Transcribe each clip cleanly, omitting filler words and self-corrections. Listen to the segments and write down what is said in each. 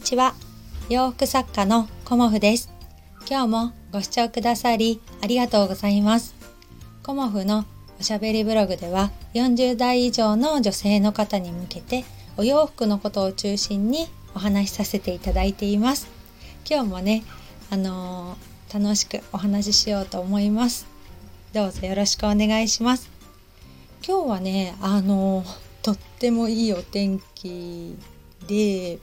ちは。洋服作家のコモフです。今日もご視聴くださりありがとうございます。コモフのおしゃべりブログでは40代以上の女性の方に向けてお洋服のことを中心にお話しさせていただいています。今日もね、楽しくお話ししようと思います。どうぞよろしくお願いします。今日はね、とってもいいお天気で、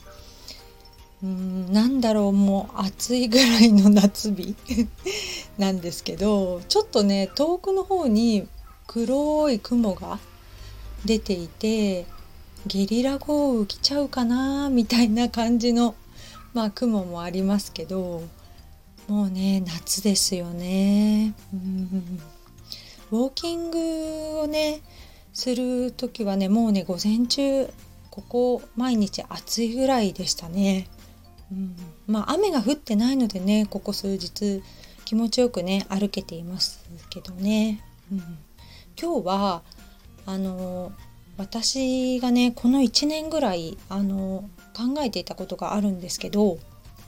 もう暑いぐらいの夏日なんですけど、ちょっとね、遠くの方に黒い雲が出ていて、ゲリラ豪雨来ちゃうかなみたいな感じの、雲もありますけど、もうね、夏ですよね。ウォーキングをねするときはね、もうね、午前中ここ毎日暑いぐらいでしたね。雨が降ってないのでね、ここ数日気持ちよくね歩けていますけどね。今日は私がねこの1年ぐらい考えていたことがあるんですけど、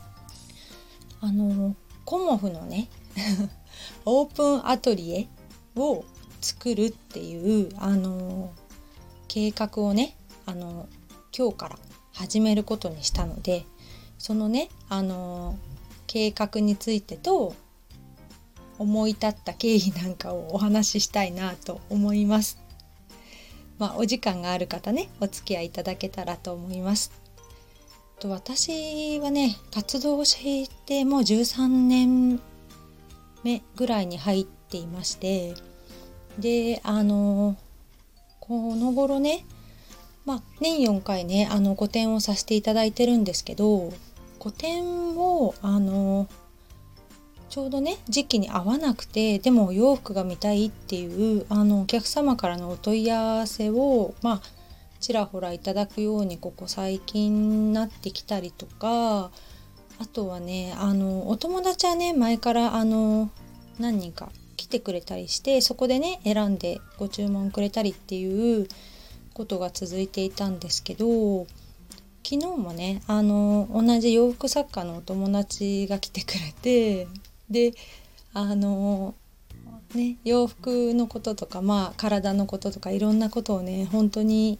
コモフのねオープンアトリエを作るっていう計画をね今日から始めることにしたので、そのね計画についてと思い立った経緯なんかをお話ししたいなと思います。お時間がある方ね、お付き合いいただけたらと思います。私はね活動していてもう13年目ぐらいに入っていまして、でこの頃ね、年4回ね個展をさせていただいてるんですけど、個展をちょうどね時期に合わなくて、でもお洋服が見たいっていうお客様からのお問い合わせをちらほらいただくようにここ最近なってきたりとか、あとはねお友達はね前から何人か来てくれたりして、そこでね選んでご注文くれたりっていうことが続いていたんですけど、昨日もね同じ洋服作家のお友達が来てくれて、で洋服のこととか体のこととかいろんなことをね本当に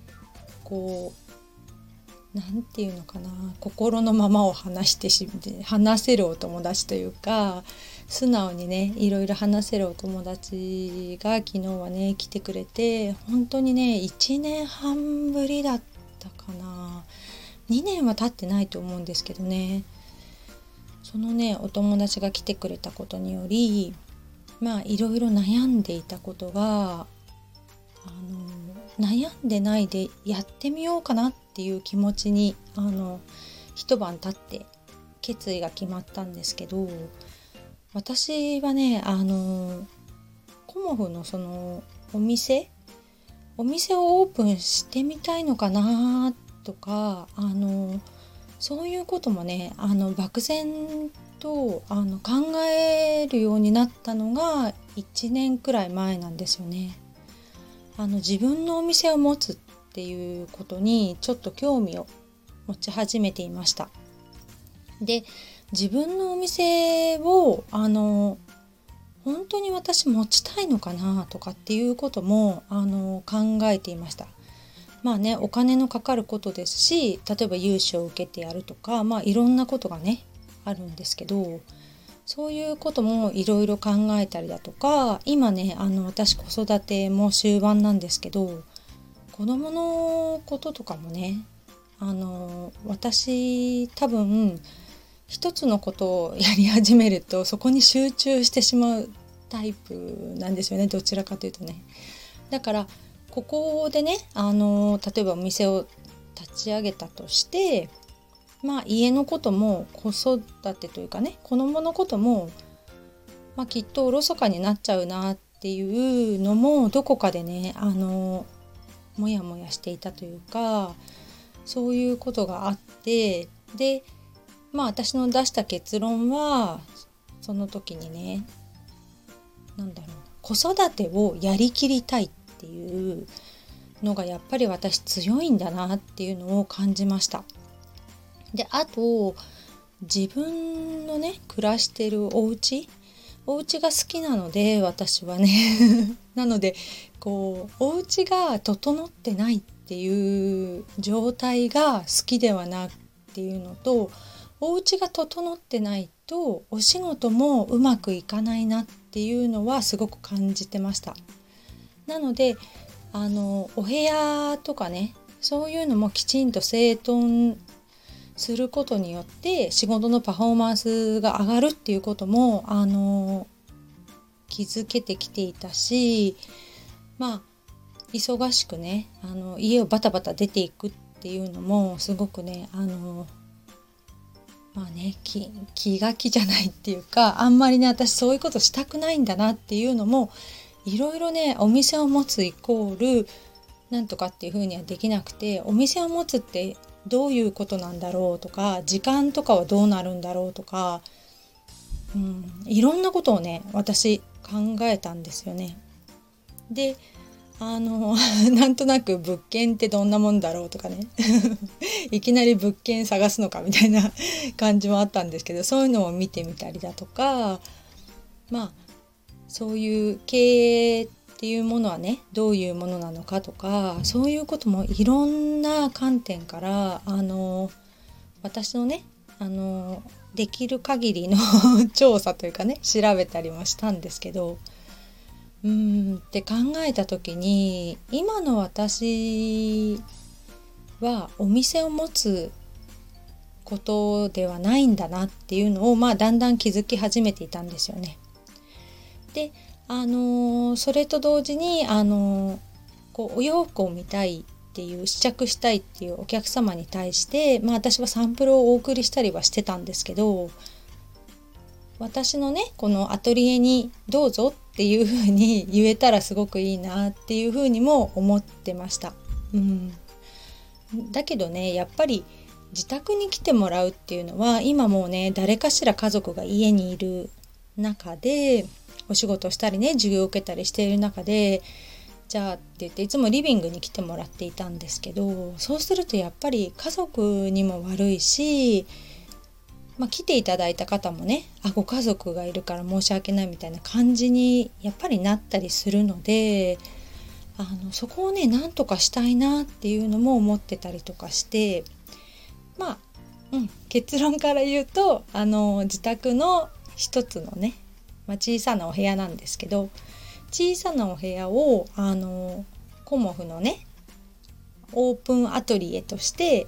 なんていうのかな、心のままを話せるお友達というか、素直にねいろいろ話せるお友達が昨日はね来てくれて、本当にね1年半ぶりだったかな、2年は経ってないと思うんですけどね、そのねお友達が来てくれたことによりいろいろ悩んでいたことが悩んでないでやってみようかなっていう気持ちに一晩経って決意が決まったんですけど、私はねコモフのそのお店をオープンしてみたいのかなとかそういうこともね漠然と考えるようになったのが1年くらい前なんですよね。自分のお店を持つっていうことにちょっと興味を持ち始めていました。で、自分のお店を本当に私持ちたいのかなとかっていうことも考えていました。お金のかかることですし、例えば融資を受けてやるとかいろんなことがねあるんですけど、そういうこともいろいろ考えたりだとか、今ね私子育ても終盤なんですけど、子供のこととかもね私多分一つのことをやり始めるとそこに集中してしまうタイプなんですよね、どちらかというとね。だからここでね例えばお店を立ち上げたとして、家のことも子育てというかね子供のことも、きっとおろそかになっちゃうなっていうのもどこかでねもやもやしていたというか、そういうことがあって、で私の出した結論はその時にね子育てをやりきりたいっていうのがやっぱり私強いんだなっていうのを感じました。 であと自分のね暮らしてるお家が好きなので、私はねなのでお家が整ってないっていう状態が好きではなっていうのと、お家が整ってないとお仕事もうまくいかないなっていうのはすごく感じてました。なのでお部屋とかね、そういうのもきちんと整頓することによって仕事のパフォーマンスが上がるっていうことも気づけてきていたし、忙しくね家をバタバタ出ていくっていうのもすごくね気が気じゃないっていうか、あんまりね私そういうことしたくないんだなっていうのもいろいろね、お店を持つイコールなんとかっていう風にはできなくて、お店を持つってどういうことなんだろうとか、時間とかはどうなるんだろうとか、いろんなことをね私考えたんですよね。でなんとなく物件ってどんなもんだろうとかねいきなり物件探すのかみたいな感じもあったんですけど、そういうのを見てみたりだとか、そういう経営っていうものはねどういうものなのかとか、そういうこともいろんな観点から私のねできる限りの調査というかね調べたりもしたんですけど、って考えた時に今の私はお店を持つことではないんだなっていうのをだんだん気づき始めていたんですよね。でそれと同時にお洋服を見たいっていう試着したいっていうお客様に対して、私はサンプルをお送りしたりはしてたんですけど、私のねこのアトリエにどうぞっていう風に言えたらすごくいいなっていう風にも思ってました。だけどねやっぱり自宅に来てもらうっていうのは今もうね誰かしら家族が家にいる中でお仕事したりね授業を受けたりしている中で、じゃあって言っていつもリビングに来てもらっていたんですけど、そうするとやっぱり家族にも悪いし、来ていただいた方もねご家族がいるから申し訳ないみたいな感じにやっぱりなったりするので、そこをねなんとかしたいなっていうのも思ってたりとかして、結論から言うと自宅の一つのね、小さなお部屋なんですけど、小さなお部屋をコモフのねオープンアトリエとして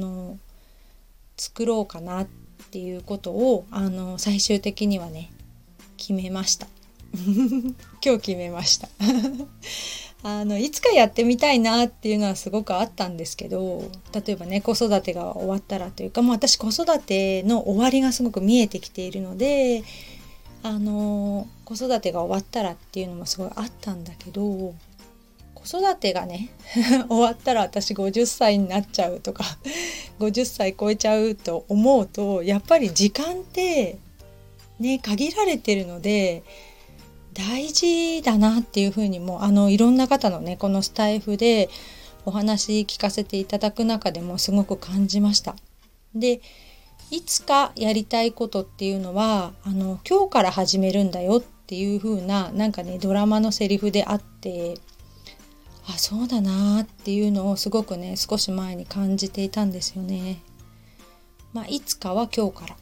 作ろうかなっていうことを最終的にはね決めました今日決めましたいつかやってみたいなっていうのはすごくあったんですけど、例えばね子育てが終わったらというか、私子育ての終わりがすごく見えてきているので子育てが終わったらっていうのもすごいあったんだけど、子育てがね終わったら私50歳になっちゃうとか50歳超えちゃうと思うと、やっぱり時間ってね限られてるので大事だなっていうふうにもいろんな方のねこのスタイフでお話聞かせていただく中でもすごく感じました。でいつかやりたいことっていうのは今日から始めるんだよっていう風なドラマのセリフであって、そうだなっていうのをすごくね少し前に感じていたんですよね。いつかは今日から、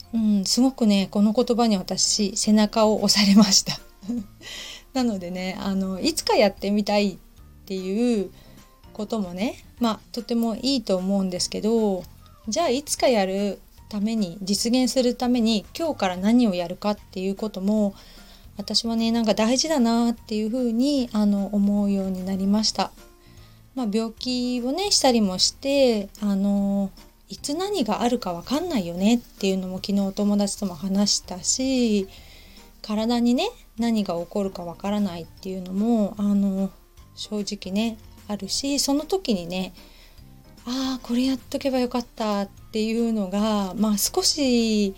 すごくねこの言葉に私背中を押されましたなのでねいつかやってみたいっていうこともねとてもいいと思うんですけど、じゃあいつかやるために実現するために今日から何をやるかっていうことも私はね大事だなっていうふうに思うようになりました。病気をねしたりもしていつ何があるか分かんないよねっていうのも昨日お友達とも話したし、体にね何が起こるか分からないっていうのも正直ねあるし、その時にねこれやっとけばよかったっていうのが少し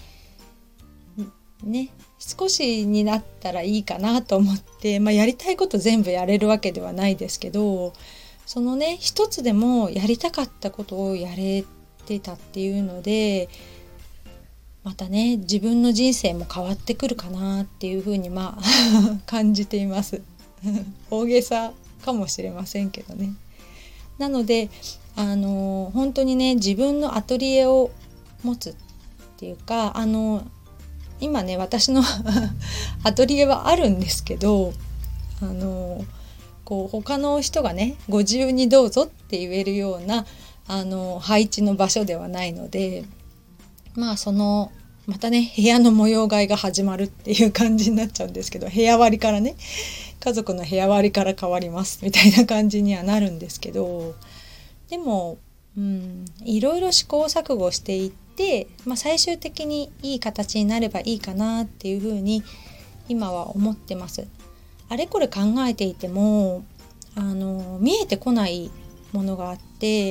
になったらいいかなと思って、やりたいこと全部やれるわけではないですけど、そのね一つでもやりたかったことをやれてたっていうので、またね自分の人生も変わってくるかなっていうふうに感じています大げさかもしれませんけどね。なので本当にね自分のアトリエを持つっていうか今ね私のアトリエはあるんですけど他の人がねご自由にどうぞって言えるような配置の場所ではないので、またね部屋の模様替えが始まるっていう感じになっちゃうんですけど、部屋割りからね家族の部屋割りから変わりますみたいな感じにはなるんですけど、でもいろいろ試行錯誤していって、最終的にいい形になればいいかなっていうふうに今は思ってます。あれこれ考えていても見えてこないものがあって、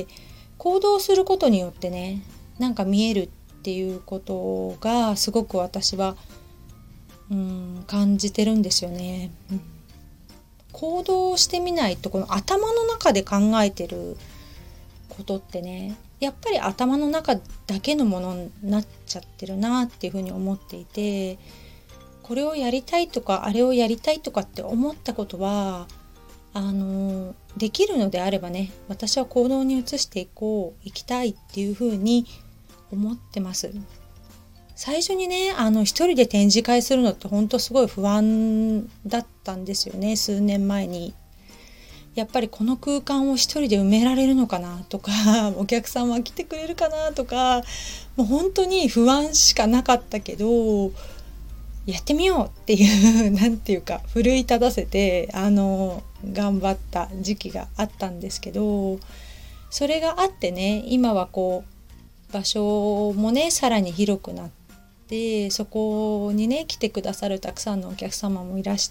行動することによってねなんか見えるっていうことがすごく私は感じてるんですよね。行動してみないとこの頭の中で考えてることってねやっぱり頭の中だけのものになっちゃってるなっていうふうに思っていて、これをやりたいとかあれをやりたいとかって思ったことはできるのであればね私は行動に移していきたいっていうふうに思ってます。最初にね一人で展示会するのって本当すごい不安だったんですよね。数年前にやっぱりこの空間を一人で埋められるのかなとかお客さんは来てくれるかなとか、もう本当に不安しかなかったけどやってみようっていうなんていうか奮い立たせて頑張った時期があったんですけど、それがあってね今は場所もねさらに広くなって、そこにね来てくださるたくさんのお客様もいらして、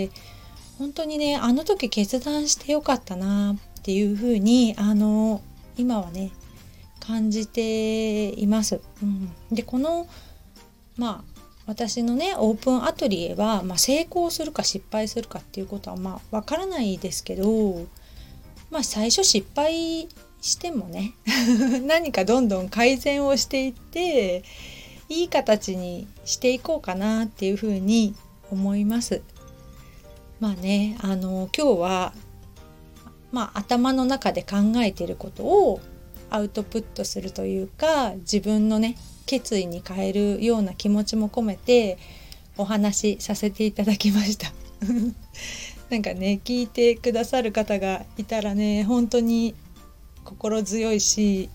本当にねあの時決断してよかったなっていうふうに今はね感じています。でこの私のねオープンアトリエは、成功するか失敗するかっていうことはわからないですけど、最初失敗してもね何かどんどん改善をしていっていい形にしていこうかなっていうふうに思います。今日は頭の中で考えていることをアウトプットするというか、自分のね決意に変えるような気持ちも込めてお話しさせていただきましたなんかね聞いてくださる方がいたらね本当に心強いし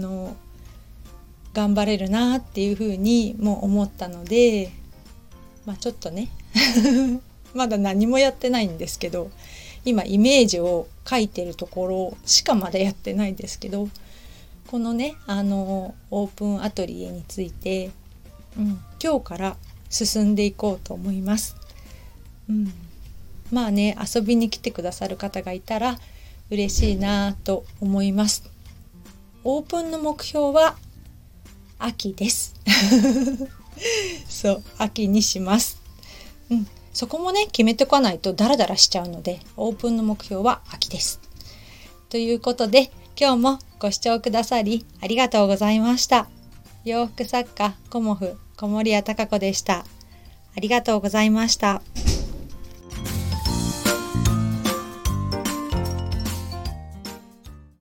頑張れるなっていうふうにも思ったので、ちょっとねまだ何もやってないんですけど、今イメージを書いてるところしかまだやってないんですけど、このねオープンアトリエについて、今日から進んでいこうと思います。遊びに来てくださる方がいたら嬉しいなと思います。オープンの目標は秋ですそう秋にします。そこもね決めておかないとダラダラしちゃうので、オープンの目標は秋です。ということで今日もご視聴くださりありがとうございました。洋服作家コモフ小森屋隆子でした。ありがとうございました。